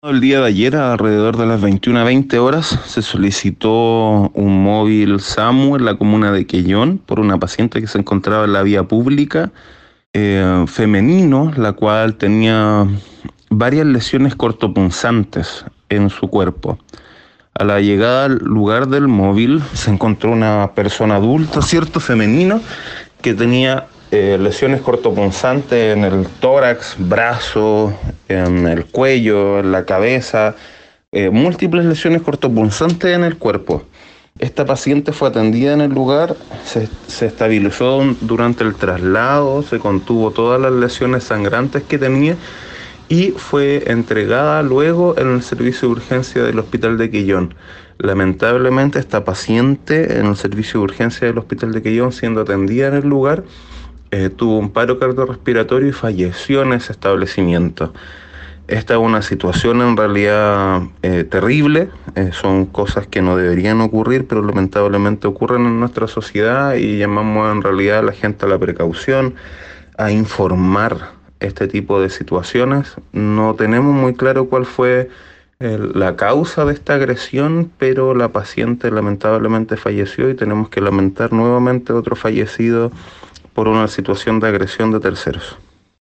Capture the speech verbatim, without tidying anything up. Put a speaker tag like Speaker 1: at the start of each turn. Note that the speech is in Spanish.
Speaker 1: El día de ayer, alrededor de las veintiuna veinte horas, se solicitó un móvil SAMU en la comuna de Quellón por una paciente que se encontraba en la vía pública, eh, femenino, la cual tenía varias lesiones cortopunzantes en su cuerpo. A la llegada al lugar del móvil se encontró una persona adulta, ¿cierto? Femenino, que tenía eh, lesiones cortopunzantes en el tórax, brazo, en el cuello, en la cabeza, eh, múltiples lesiones cortopunzantes en el cuerpo. Esta paciente fue atendida en el lugar, se, se estabilizó durante el traslado, se contuvo todas las lesiones sangrantes que tenía y fue entregada luego en el servicio de urgencia del Hospital de Quellón. Lamentablemente, esta paciente en el servicio de urgencia del Hospital de Quellón, siendo atendida en el lugar, eh, tuvo un paro cardiorrespiratorio y falleció en ese establecimiento. Esta es una situación en realidad eh, terrible, eh, son cosas que no deberían ocurrir, pero lamentablemente ocurren en nuestra sociedad y llamamos en realidad a la gente a la precaución, a informar este tipo de situaciones. No tenemos muy claro cuál fue el, la causa de esta agresión, pero la paciente lamentablemente falleció y tenemos que lamentar nuevamente otro fallecido por una situación de agresión de terceros.